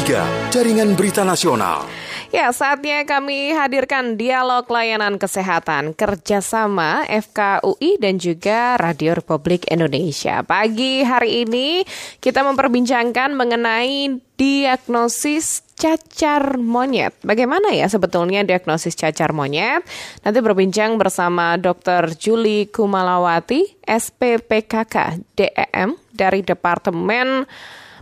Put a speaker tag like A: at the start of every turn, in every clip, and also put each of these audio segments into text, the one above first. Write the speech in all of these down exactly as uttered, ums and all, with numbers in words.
A: tiga, Jaringan Berita Nasional.
B: Ya, saatnya kami hadirkan dialog layanan kesehatan kerjasama F K U I dan juga Radio Republik Indonesia. Pagi hari ini kita memperbincangkan mengenai diagnosis cacar monyet. Bagaimana ya sebetulnya diagnosis cacar monyet? Nanti berbincang bersama dokter Julie Kumalawati, S P P K K D E M dari Departemen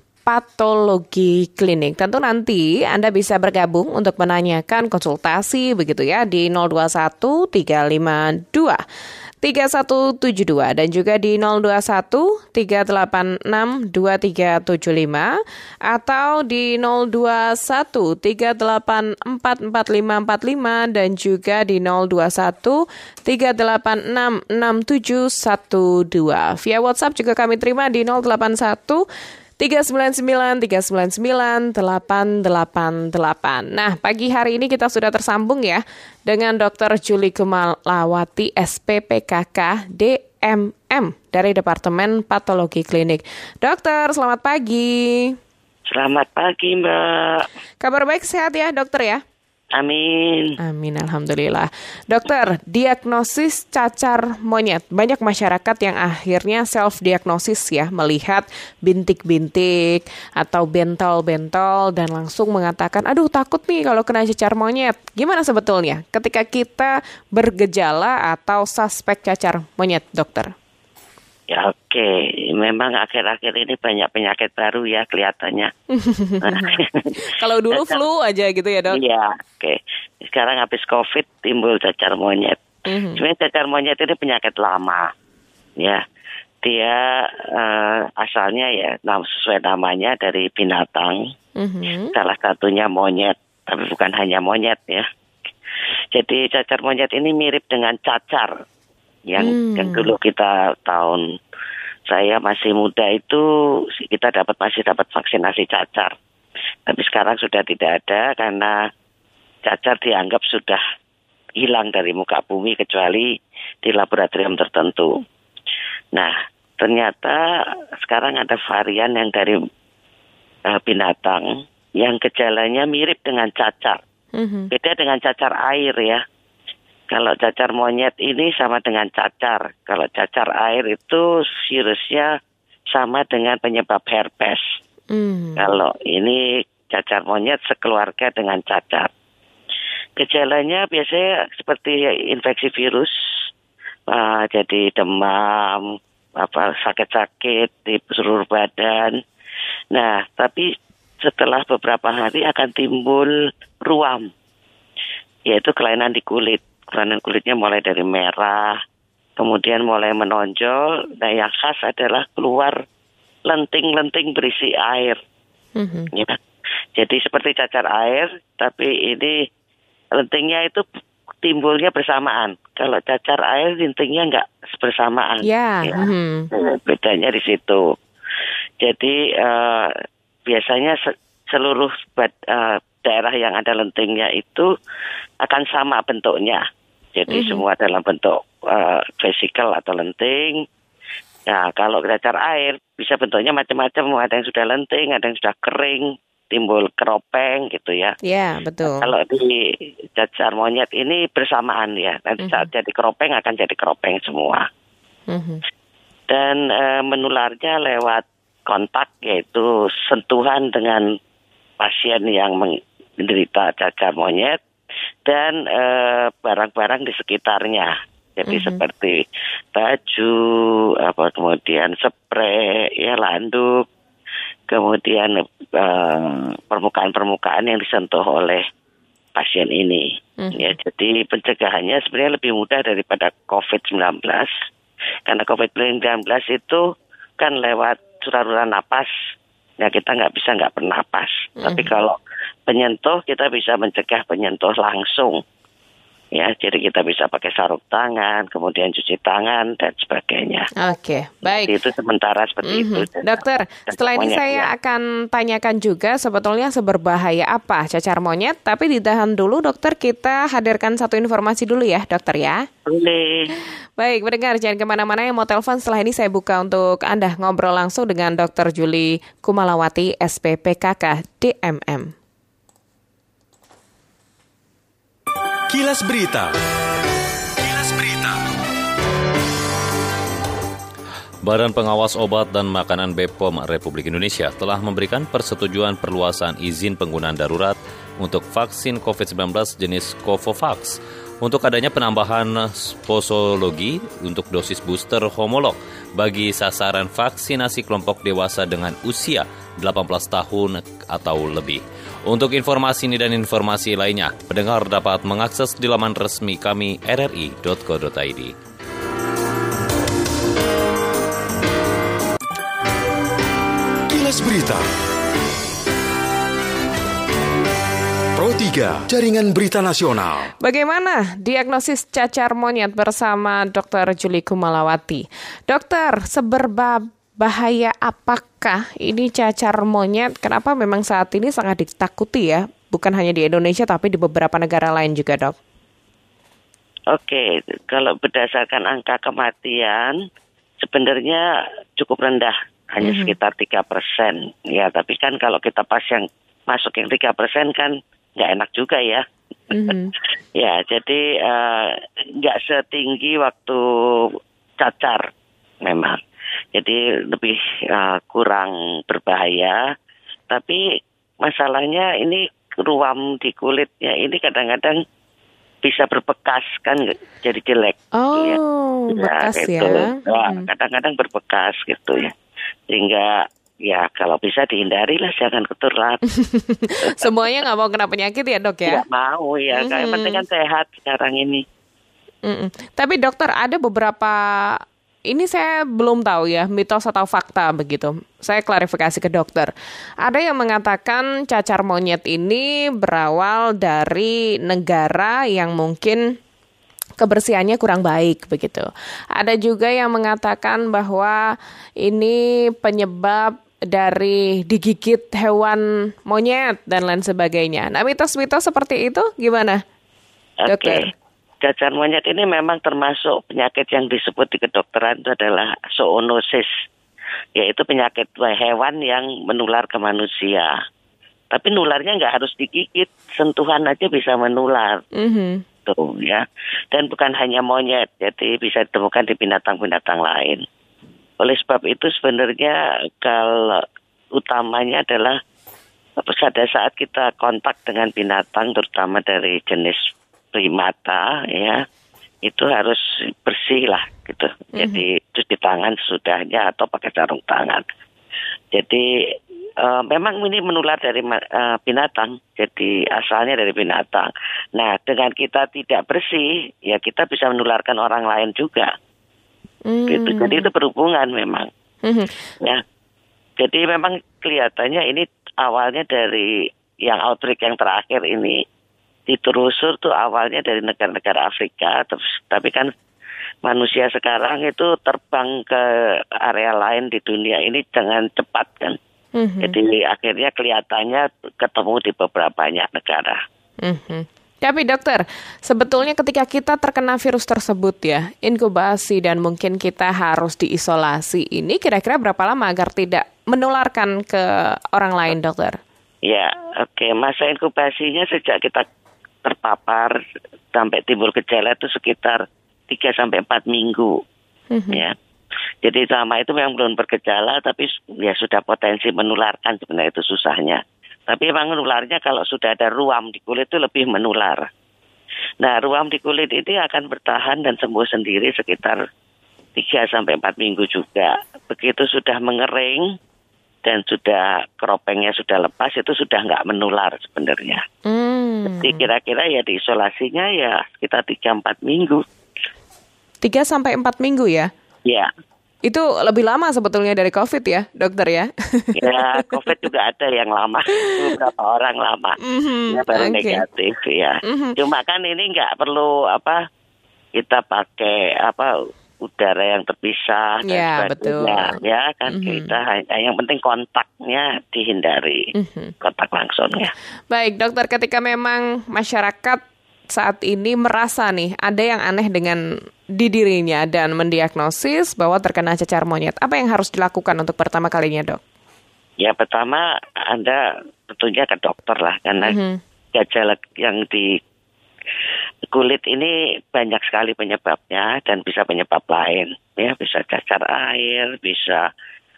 B: Patologi Klinik. Tentu nanti Anda bisa bergabung untuk menanyakan konsultasi begitu ya di nol dua satu tiga lima dua tiga satu tujuh dua dan juga di nol dua satu tiga delapan enam dua tiga tujuh lima atau di nol dua satu tiga delapan empat empat lima empat lima dan juga di nol dua satu tiga delapan enam enam tujuh satu dua. Via WhatsApp juga kami terima di nol delapan satu tiga sembilan sembilan tiga sembilan sembilan delapan delapan delapan. Nah, pagi hari ini kita sudah tersambung ya dengan dokter Julie Kumalawati, S P P K K D M M dari Departemen Patologi Klinik. Dokter, selamat pagi.
C: Selamat pagi, Mbak.
B: Kabar baik, sehat ya, dokter ya?
C: Amin.
B: Amin, alhamdulillah. Dokter, diagnosis cacar monyet. Banyak masyarakat yang akhirnya self-diagnosis ya, melihat bintik-bintik atau bentol-bentol dan langsung mengatakan, aduh takut nih kalau kena cacar monyet. Gimana sebetulnya ketika kita bergejala atau suspek cacar monyet, dokter?
C: Ya oke, memang akhir-akhir ini banyak penyakit baru ya kelihatannya.
B: Kalau dulu flu aja gitu ya, Dok?
C: Iya, oke. Sekarang habis COVID timbul cacar monyet. Mm-hmm. Sebenarnya cacar monyet ini penyakit lama. Ya, dia uh, asalnya ya sesuai namanya dari binatang. Mm-hmm. Salah satunya monyet, tapi bukan hanya monyet ya. Jadi cacar monyet ini mirip dengan cacar. Yang, hmm. yang dulu kita tahun saya masih muda itu kita dapat masih dapat vaksinasi cacar, tapi sekarang sudah tidak ada karena cacar dianggap sudah hilang dari muka bumi kecuali di laboratorium tertentu. Nah, ternyata sekarang ada varian yang dari uh, binatang yang gejalanya mirip dengan cacar, hmm. beda dengan cacar air ya. Kalau cacar monyet ini sama dengan cacar. Kalau cacar air itu virusnya sama dengan penyebab herpes. Mm. Kalau ini cacar monyet sekeluarga dengan cacar. Gejalanya biasanya seperti infeksi virus, uh, jadi demam, apa sakit-sakit di seluruh badan. Nah, tapi setelah beberapa hari akan timbul ruam, yaitu kelainan di kulit. Kelainan kulitnya mulai dari merah, kemudian mulai menonjol. Nah, yang khas adalah keluar lenting-lenting berisi air. Mm-hmm. Ya. Jadi seperti cacar air, tapi ini lentingnya itu timbulnya bersamaan. Kalau cacar air lentingnya nggak bersamaan.
B: Yeah.
C: Ya.
B: Mm-hmm.
C: Bedanya di situ. Jadi uh, biasanya se- seluruh bad, uh, daerah yang ada lentingnya itu akan sama bentuknya. Jadi mm-hmm. semua dalam bentuk uh, vesikel atau lenting. Nah, kalau cacar air bisa bentuknya macam-macam. Ada yang sudah lenting, ada yang sudah kering, timbul keropeng gitu ya.
B: Iya, yeah, betul.
C: Nah, kalau di cacar monyet ini bersamaan ya. Nanti mm-hmm. saat jadi keropeng akan jadi keropeng semua. Mm-hmm. Dan uh, menularnya lewat kontak, yaitu sentuhan dengan pasien yang menderita cacar monyet dan e, barang-barang di sekitarnya. Jadi mm-hmm. seperti baju, apa kemudian spray, ya landuk, kemudian e, permukaan-permukaan yang disentuh oleh pasien ini. Mm-hmm. Ya, jadi pencegahannya sebenarnya lebih mudah daripada covid sembilan belas. Karena covid sembilan belas itu kan lewat saluran napas. Ya kita nggak bisa nggak bernapas. Mm-hmm. Tapi kalau penyentuh kita bisa mencegah penyentuh langsung. Ya, jadi kita bisa pakai sarung tangan, kemudian cuci tangan dan sebagainya.
B: Oke, baik.
C: Jadi itu sementara seperti
B: mm-hmm.
C: itu.
B: Dokter, setelah ini saya ya. akan tanyakan juga sebetulnya seberbahaya apa cacar monyet, tapi ditahan dulu dokter, kita hadirkan satu informasi dulu ya dokter ya.
C: Boleh.
B: Baik, mendengar jangan kemana-mana, yang mau telepon setelah ini saya buka untuk Anda ngobrol langsung dengan dokter Julie Kumalawati, S P P K K D M M.
A: Kilas Berita. Kilas Berita.
D: Badan Pengawas Obat dan Makanan B P O M Republik Indonesia telah memberikan persetujuan perluasan izin penggunaan darurat untuk vaksin covid sembilan belas jenis Covovax untuk adanya penambahan posologi untuk dosis booster homolog bagi sasaran vaksinasi kelompok dewasa dengan usia delapan belas tahun atau lebih. Untuk informasi ini dan informasi lainnya, pendengar dapat mengakses di laman resmi kami r r i dot co dot i d.
A: Kilas Berita. Pro tiga, Jaringan Berita Nasional.
B: Bagaimana diagnosis cacar monyet bersama dokter Julie Kumalawati? Dokter, seberapa bahaya apakah ini cacar monyet? Kenapa memang saat ini sangat ditakuti ya? Bukan hanya di Indonesia tapi di beberapa negara lain juga, Dok.
C: Oke, kalau berdasarkan angka kematian sebenarnya cukup rendah, hanya mm-hmm. sekitar tiga persen. Ya, tapi kan kalau kita pas yang masuk yang tiga persen kan nggak enak juga ya. Mm-hmm. Ya, jadi nggak uh, setinggi waktu cacar memang. Jadi lebih uh, kurang berbahaya, tapi masalahnya ini ruam di kulitnya ini kadang-kadang bisa berbekas kan, jadi jelek.
B: Oh,
C: gitu ya.
B: bekas
C: nah,
B: ya.
C: Gitu. Nah,
B: hmm.
C: kadang-kadang berbekas gitu ya, sehingga ya kalau bisa dihindari lah, jangan keturunan.
B: Semuanya nggak mau kena penyakit ya dok ya?
C: Nggak mau ya, mm-hmm. Yang penting kan sehat sekarang ini.
B: Mm-mm. Tapi dokter, ada beberapa, ini saya belum tahu ya, mitos atau fakta begitu. Saya klarifikasi ke dokter. Ada yang mengatakan cacar monyet ini berawal dari negara yang mungkin kebersihannya kurang baik begitu. Ada juga yang mengatakan bahwa ini penyebab dari digigit hewan monyet dan lain sebagainya. Nah, mitos-mitos seperti itu gimana, dokter?
C: Okay. Cacar monyet ini memang termasuk penyakit yang disebut di kedokteran itu adalah zoonosis, yaitu penyakit hewan yang menular ke manusia. Tapi nularnya nggak harus digigit, sentuhan aja bisa menular. Mm-hmm. Tuh ya. Dan bukan hanya monyet, jadi bisa ditemukan di binatang-binatang lain. Oleh sebab itu sebenarnya kalau utamanya adalah pada saat kita kontak dengan binatang, terutama dari jenis primata ya, itu harus bersih lah gitu. Mm-hmm. Jadi cuci tangan sesudahnya atau pakai sarung tangan. Jadi uh, memang ini menular dari uh, binatang, jadi asalnya dari binatang. Nah, dengan kita tidak bersih, ya kita bisa menularkan orang lain juga. Mm-hmm. Gitu. Jadi itu berhubungan memang. Mm-hmm. Ya. Jadi memang kelihatannya ini awalnya dari yang outbreak yang terakhir ini diterusur tuh awalnya dari negara-negara Afrika, terus tapi kan manusia sekarang itu terbang ke area lain di dunia ini dengan cepat kan. Mm-hmm. Jadi akhirnya kelihatannya ketemu di beberapa banyak negara.
B: Mm-hmm. Tapi dokter, sebetulnya ketika kita terkena virus tersebut ya, inkubasi dan mungkin kita harus diisolasi, ini kira-kira berapa lama agar tidak menularkan ke orang lain, dokter?
C: Ya, oke. Okay. Masa inkubasinya sejak kita terpapar sampai timbul gejala itu sekitar tiga sampai empat minggu. Mm-hmm. Ya. Jadi selama itu memang belum bergejala, tapi ya sudah potensi menularkan, sebenarnya itu susahnya. Tapi memang menularnya kalau sudah ada ruam di kulit itu lebih menular. Nah, ruam di kulit ini akan bertahan dan sembuh sendiri sekitar tiga sampai empat minggu juga. Begitu sudah mengering dan sudah keropengnya sudah lepas, itu sudah nggak menular sebenarnya. Mm. Jadi kira-kira ya diisolasinya ya sekitar tiga sampai empat minggu.
B: tiga sampai empat minggu ya?
C: Ya.
B: Itu lebih lama sebetulnya dari COVID ya, dokter ya?
C: Ya, COVID juga ada yang lama, beberapa orang lama, mm-hmm, ya baru okay. negatif ya. Mm-hmm. Cuma kan ini nggak perlu apa kita pakai apa udara yang terpisah dan
B: ya,
C: sebagainya,
B: betul.
C: ya kan
B: mm-hmm.
C: kita yang penting kontaknya dihindari, mm-hmm. kontak langsungnya.
B: Baik, dokter, ketika memang masyarakat saat ini merasa nih ada yang aneh dengan di dirinya dan mendiagnosis bahwa terkena cacar monyet, apa yang harus dilakukan untuk pertama kalinya, dok?
C: Ya, pertama Anda tentunya ke dokter lah, karena mm-hmm. gejala yang di kulit ini banyak sekali penyebabnya dan bisa penyebab lain, ya bisa cacar air, bisa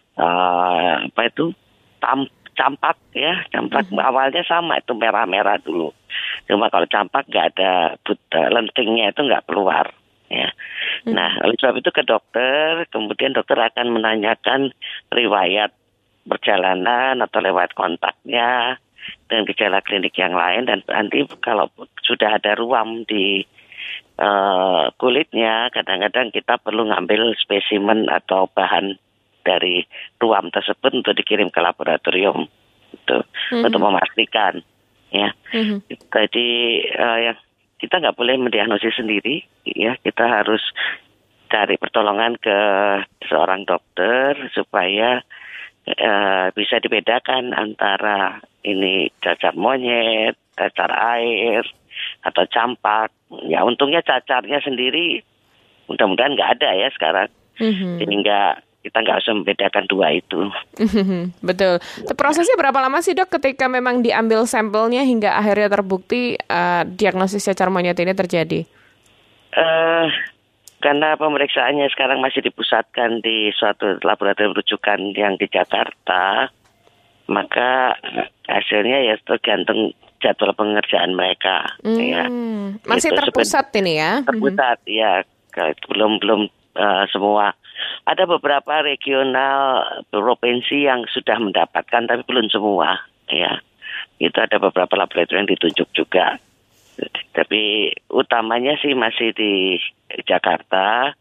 C: uh, apa itu tam campak ya, campak mm-hmm. awalnya sama itu merah-merah dulu. Cuma kalau campak nggak ada buta, lentingnya itu nggak keluar, ya. Hmm. Nah, oleh sebab itu ke dokter, kemudian dokter akan menanyakan riwayat perjalanan atau lewat kontaknya dan gejala klinik yang lain, dan nanti kalau sudah ada ruam di uh, kulitnya, kadang-kadang kita perlu ngambil spesimen atau bahan dari ruam tersebut untuk dikirim ke laboratorium, itu hmm. untuk memastikan. Ya, mm-hmm. jadi uh, ya kita nggak boleh mendiagnosis sendiri, ya kita harus cari pertolongan ke seorang dokter supaya uh, bisa dibedakan antara ini cacar monyet, cacar air, atau campak. Ya untungnya cacarnya sendiri mudah-mudahan nggak ada ya sekarang, mm-hmm. sehingga kita nggak usah membedakan dua itu.
B: Betul. Prosesnya berapa lama sih, dok, ketika memang diambil sampelnya hingga akhirnya terbukti uh, diagnosis cacar monyet ini terjadi?
C: Uh, karena pemeriksaannya sekarang masih dipusatkan di suatu laboratorium rujukan yang di Jakarta, maka hasilnya ya tergantung jadwal pengerjaan mereka. Hmm, ya.
B: Masih itu terpusat seben- ini ya?
C: Terpusat, mm-hmm. ya. Belum belum uh, semua. Ada beberapa regional provinsi yang sudah mendapatkan, tapi belum semua, ya. Itu ada beberapa laboratorium yang ditunjuk juga. Tapi utamanya sih masih di Jakarta,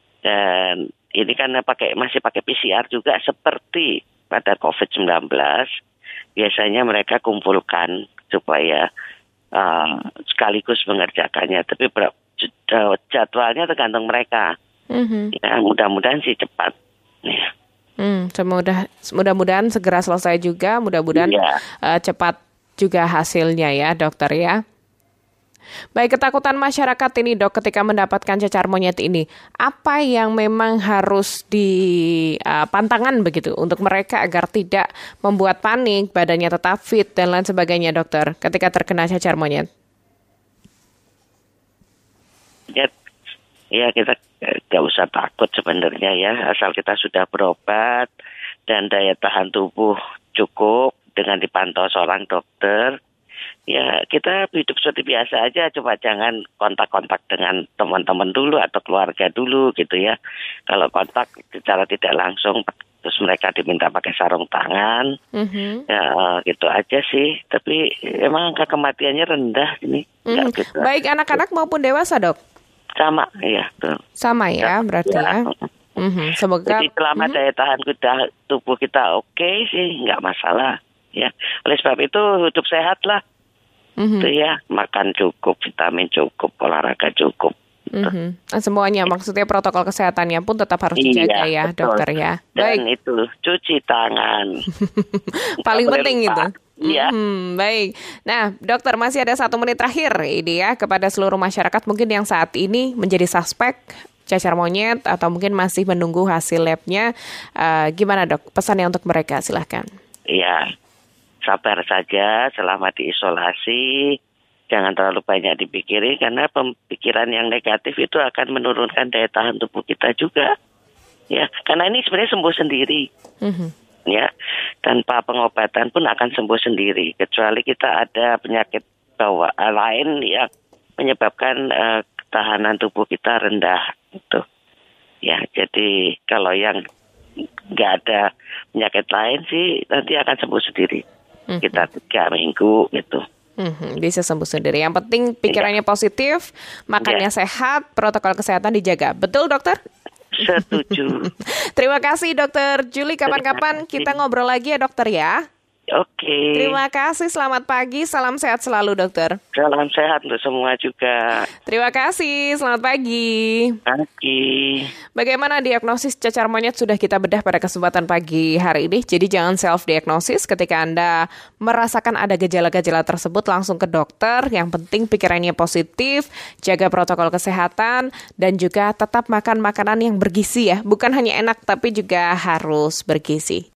C: dan ini kan pakai masih pakai P C R juga seperti pada covid sembilan belas. Biasanya mereka kumpulkan supaya uh, sekaligus mengerjakannya, tapi jadwalnya tergantung mereka. Mm-hmm. Ya, mudah-mudahan sih cepat. Ya.
B: Hmm, semudah, mudah-mudahan segera selesai juga, mudah-mudahan yeah. uh, cepat juga hasilnya ya, dokter ya. Baik, ketakutan masyarakat ini, dok, ketika mendapatkan cacar monyet ini, apa yang memang harus dipantangkan uh, begitu untuk mereka agar tidak membuat panik, badannya tetap fit dan lain sebagainya, dokter, ketika terkena cacar monyet?
C: Ya, ya kita gak usah takut sebenarnya ya, asal kita sudah berobat dan daya tahan tubuh cukup dengan dipantau seorang dokter. Ya kita hidup seperti biasa aja, coba jangan kontak-kontak dengan teman-teman dulu atau keluarga dulu gitu ya. Kalau kontak secara tidak langsung, terus mereka diminta pakai sarung tangan, mm-hmm. ya gitu aja sih. Tapi emang angka kematiannya rendah ini.
B: Mm-hmm. Gitu. Baik anak-anak maupun dewasa, dok?
C: Sama, iya. Tuh.
B: Sama ya, berarti ya. ya. Mm-hmm. Semoga.
C: Jadi selama mm-hmm. daya tahan kita, tubuh kita oke okay sih, nggak masalah. Ya, oleh sebab itu hidup sehat lah. Mm-hmm. Itu ya, makan cukup, vitamin cukup, olahraga cukup.
B: Mm-hmm. Semuanya, maksudnya protokol kesehatannya pun tetap harus dijaga iya, ya, betul. Dokter ya.
C: Baik. Dan itu cuci tangan.
B: Paling penting itu.
C: Iya.
B: Hmm, baik. Nah, dokter, masih ada satu menit terakhir ini ya kepada seluruh masyarakat mungkin yang saat ini menjadi suspek cacar monyet atau mungkin masih menunggu hasil labnya. Uh, gimana, dok? Pesannya untuk mereka, silahkan.
C: Iya, sabar saja selama diisolasi. Jangan terlalu banyak dipikirin karena pemikiran yang negatif itu akan menurunkan daya tahan tubuh kita juga. Ya, karena ini sebenarnya sembuh sendiri. Mm-hmm. Ya, tanpa pengobatan pun akan sembuh sendiri, kecuali kita ada penyakit bawaan lain yang menyebabkan uh, ketahanan tubuh kita rendah itu. Ya, jadi kalau yang nggak ada penyakit lain sih nanti akan sembuh sendiri. Mm-hmm. Kita tiga minggu gitu.
B: Mm-hmm, bisa sembuh sendiri. Yang penting pikirannya ya. Positif, makannya ya. Sehat, protokol kesehatan dijaga. Betul, dokter?
C: Setuju.
B: Terima kasih Dokter Julie. Kapan-kapan kita ngobrol lagi ya dokter ya.
C: Oke.
B: Terima kasih, selamat pagi, salam sehat selalu dokter.
C: Salam sehat untuk semua juga.
B: Terima kasih, selamat pagi.
C: Pagi.
B: Bagaimana diagnosis cacar monyet sudah kita bedah pada kesempatan pagi hari ini. Jadi jangan self-diagnosis ketika Anda merasakan ada gejala-gejala tersebut langsung ke dokter. Yang penting pikirannya positif, jaga protokol kesehatan, dan juga tetap makan makanan yang bergizi ya. Bukan hanya enak tapi juga harus bergizi.